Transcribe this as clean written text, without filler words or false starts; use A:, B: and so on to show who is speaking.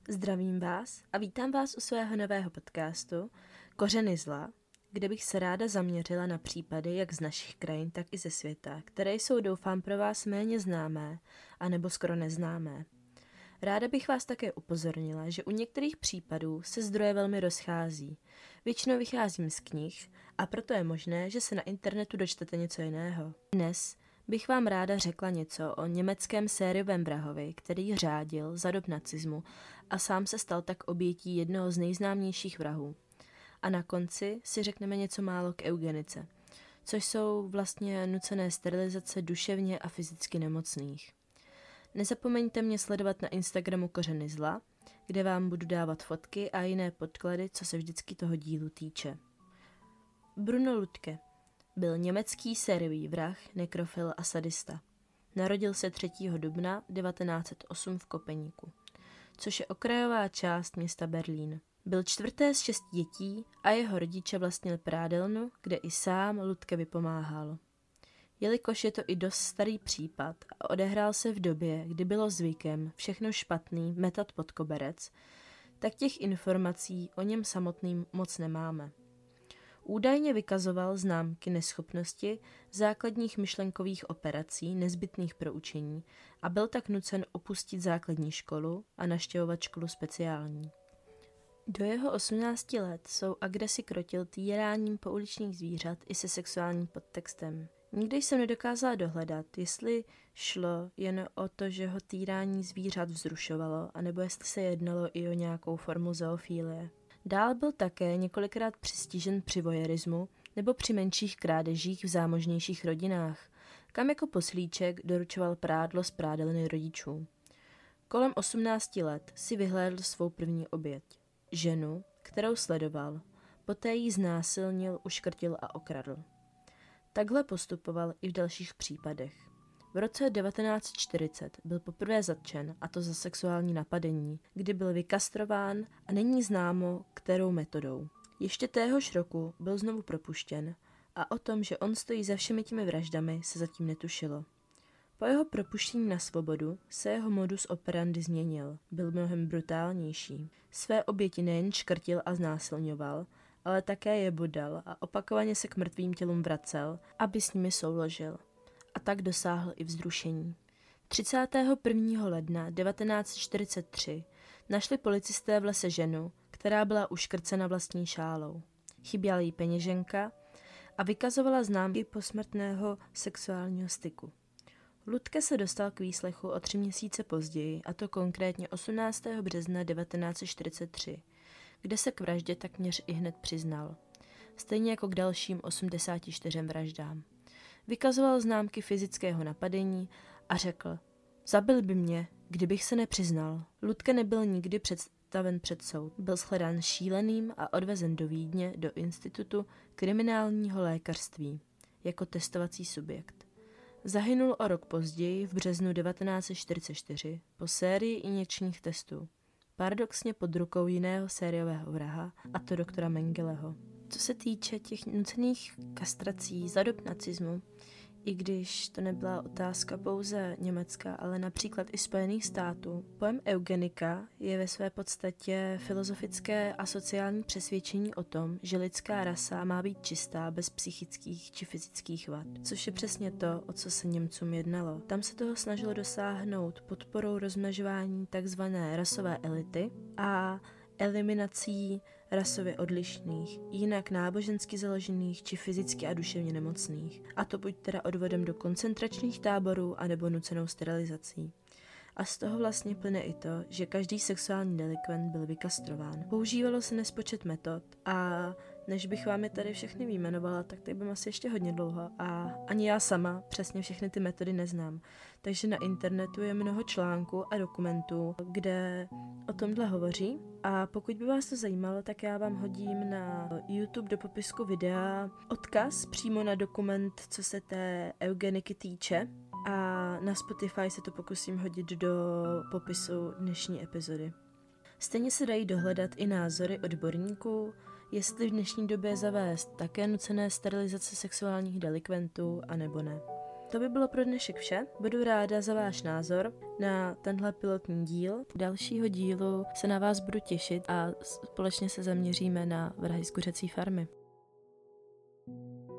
A: Zdravím vás a vítám vás u svého nového podcastu Kořeny zla, kde bych se ráda zaměřila na případy jak z našich krajin, tak i ze světa, které jsou doufám pro vás méně známé, anebo skoro neznámé. Ráda bych vás také upozornila, že u některých případů se zdroje velmi rozchází. Většinou vycházím z knih a proto je možné, že se na internetu dočtete něco jiného. Dnes bych vám ráda řekla něco o německém sériovém vrahovi, který řádil za dob nacismu a sám se stal tak obětí jednoho z nejznámějších vrahů. A na konci si řekneme něco málo k eugenice, což jsou vlastně nucené sterilizace duševně a fyzicky nemocných. Nezapomeňte mě sledovat na Instagramu Kořeny zla, kde vám budu dávat fotky a jiné podklady, co se vždycky toho dílu týče. Bruno Lütke byl německý sériový vrah, nekrofil a sadista. Narodil se 3. dubna 1908 v Kopeníku, což je okrajová část města Berlín. Byl čtvrté z 6 dětí a jeho rodiče vlastnili prádelnu, kde i sám Lütke vypomáhal. Jelikož je to i dost starý případ a odehrál se v době, kdy bylo zvykem všechno špatný metat pod koberec, tak těch informací o něm samotným moc nemáme. Údajně vykazoval známky neschopnosti základních myšlenkových operací nezbytných pro učení a byl tak nucen opustit základní školu a navštěvovat školu speciální. Do jeho 18 let jsou agresi krotil týráním pouličních zvířat i se sexuálním podtextem. Nikdy jsem nedokázala dohledat, jestli šlo jen o to, že ho týrání zvířat vzrušovalo, anebo jestli se jednalo i o nějakou formu zoofílie. Dál byl také několikrát přistižen při vojerismu nebo při menších krádežích v zámožnějších rodinách, kam jako poslíček doručoval prádlo z prádelny rodičů. Kolem 18 let si vyhlédl svou první oběť. Ženu, kterou sledoval, poté ji znásilnil, uškrtil a okradl. Takhle postupoval i v dalších případech. V roce 1940 byl poprvé zatčen, a to za sexuální napadení, kdy byl vykastrován a není známo, kterou metodou. Ještě téhož roku byl znovu propuštěn a o tom, že on stojí za všemi těmi vraždami, se zatím netušilo. Po jeho propuštění na svobodu se jeho modus operandi změnil, byl mnohem brutálnější. Své oběti nejen škrtil a znásilňoval, ale také je bodal a opakovaně se k mrtvým tělům vracel, aby s nimi souložil. A tak dosáhl i vzrušení. 31. ledna 1943 našli policisté v lese ženu, která byla uškrcena vlastní šálou. Chyběla jí peněženka a vykazovala známky posmrtného sexuálního styku. Lütke se dostal k výslechu o 3 měsíce později, a to konkrétně 18. března 1943, kde se k vraždě takměř ihned přiznal. Stejně jako k dalším 84 vraždám. Vykazoval známky fyzického napadení a řekl: zabil by mě, kdybych se nepřiznal. Lütke nebyl nikdy představen před soud. Byl shledán šíleným a odvezen do Vídně do Institutu kriminálního lékařství jako testovací subjekt. Zahynul o rok později v březnu 1944 po sérii injekčních testů. Paradoxně pod rukou jiného sériového vraha, a to doktora Mengeleho. Co se týče těch nucených kastrací za dob nacismu, i když to nebyla otázka pouze Německa, ale například i Spojených států, pojem eugenika je ve své podstatě filozofické a sociální přesvědčení o tom, že lidská rasa má být čistá bez psychických či fyzických vad, což je přesně to, o co se Němcům jednalo. Tam se toho snažilo dosáhnout podporou rozmnožování takzvané rasové elity a eliminací rasově odlišných, jinak nábožensky založených či fyzicky a duševně nemocných, a to buď teda odvodem do koncentračních táborů, anebo nucenou sterilizací. A z toho vlastně plyne i to, že každý sexuální delikvent byl vykastrován. Používalo se nespočet metod a než bych vám je tady všechny vyjmenovala, tak tady budeme asi ještě hodně dlouho a ani já sama přesně všechny ty metody neznám. Takže na internetu je mnoho článků a dokumentů, kde o tomhle hovoří, a pokud by vás to zajímalo, tak já vám hodím na YouTube do popisku videa odkaz přímo na dokument, co se té eugeniky týče, a na Spotify se to pokusím hodit do popisu dnešní epizody. Stejně se dají dohledat i názory odborníků, jestli v dnešní době zavést také nucené sterilizace sexuálních delikventů, anebo ne. to by bylo pro dnešek vše. Budu ráda za váš názor na tenhle pilotní díl. Dalšího dílu se na vás budu těšit a společně se zaměříme na vrahy z kuřecí farmy.